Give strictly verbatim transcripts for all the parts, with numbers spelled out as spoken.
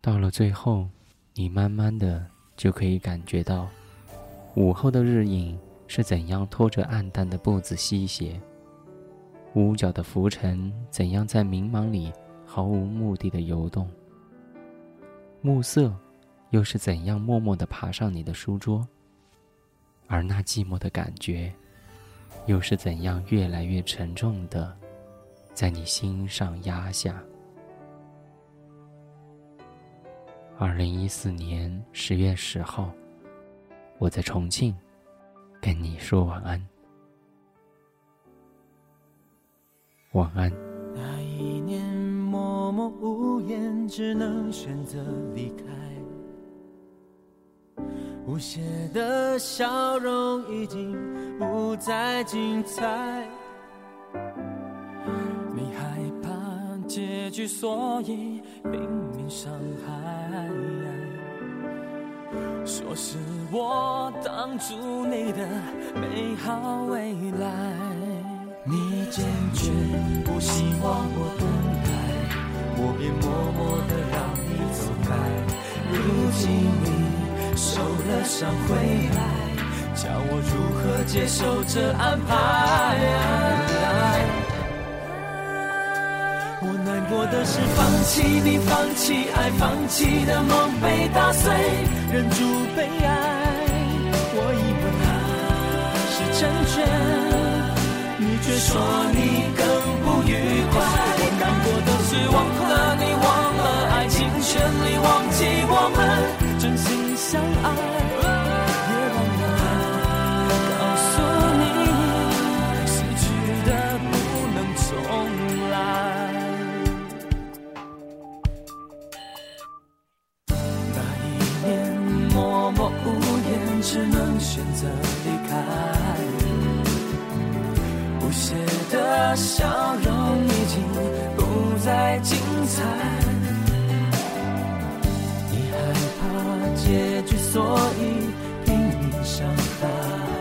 到了最后，你慢慢的就可以感觉到午后的日影是怎样拖着暗淡的步子西斜，屋角的浮尘怎样在迷茫里毫无目的的游动，暮色又是怎样默默地爬上你的书桌，而那寂寞的感觉又是怎样越来越沉重地在你心上压下。二零一四年十月十号，我在重庆跟你说晚安。晚安。 那一年默默无言，只能选择离开。无邪的笑容已经不再精彩。你害怕结局，所以拼命伤害。说是我挡住你的美好未来。你坚决不希望我等待，我便默默地让你走开。如今你受了伤回来，叫我如何接受这安排？我难过的是放弃你，放弃爱，放弃的梦被打碎，忍住悲哀。我以为是成全，你却说你更不愉快。我难过的是忘了你，忘了爱情，全力忘记我们真心相爱，也忘了告诉你，失去的不能重来。那一年默默无言，只能选择离开。无邪的笑容已经不再精彩。你害怕结局，所以拼命伤害。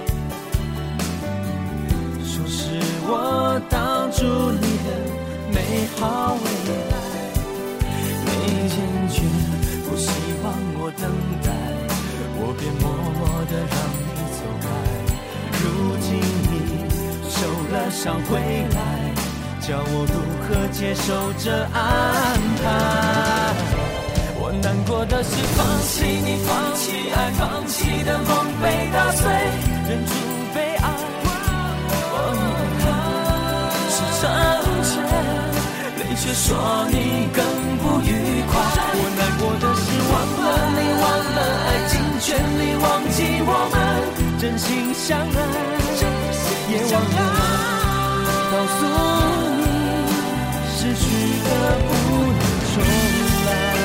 说是我挡住你的美好未来。你坚决不希望我等待，我便默默地让你走开。如今你受了伤回来，叫我如何接受这安排？我难过的是放弃你，放弃爱，放弃的梦被打碎，忍住悲哀。我以为是成全，你却说你更不愉快。我难过的是忘了你，忘了爱情，全力忘记我们真心相爱。也忘了告诉你，失去的不能重来。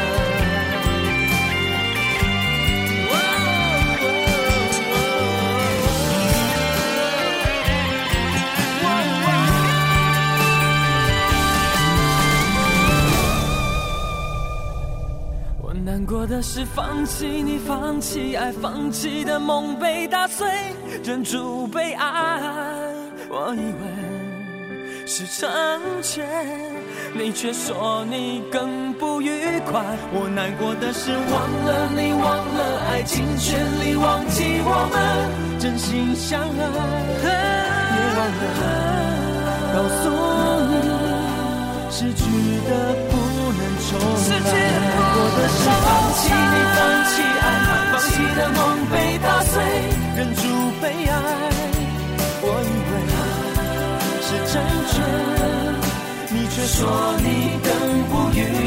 我难过的是放弃你，放弃爱，放弃的梦被打碎，忍住悲哀。我以为是成全，你却说你更不愉快。我难过的是忘了你，忘了爱情，全力忘记我们真心相爱，也忘了告诉你，失去的不能重来。难过的是放弃你，放弃爱，放弃的梦被打碎，忍住悲哀。我以为是成全，你却说你更不愉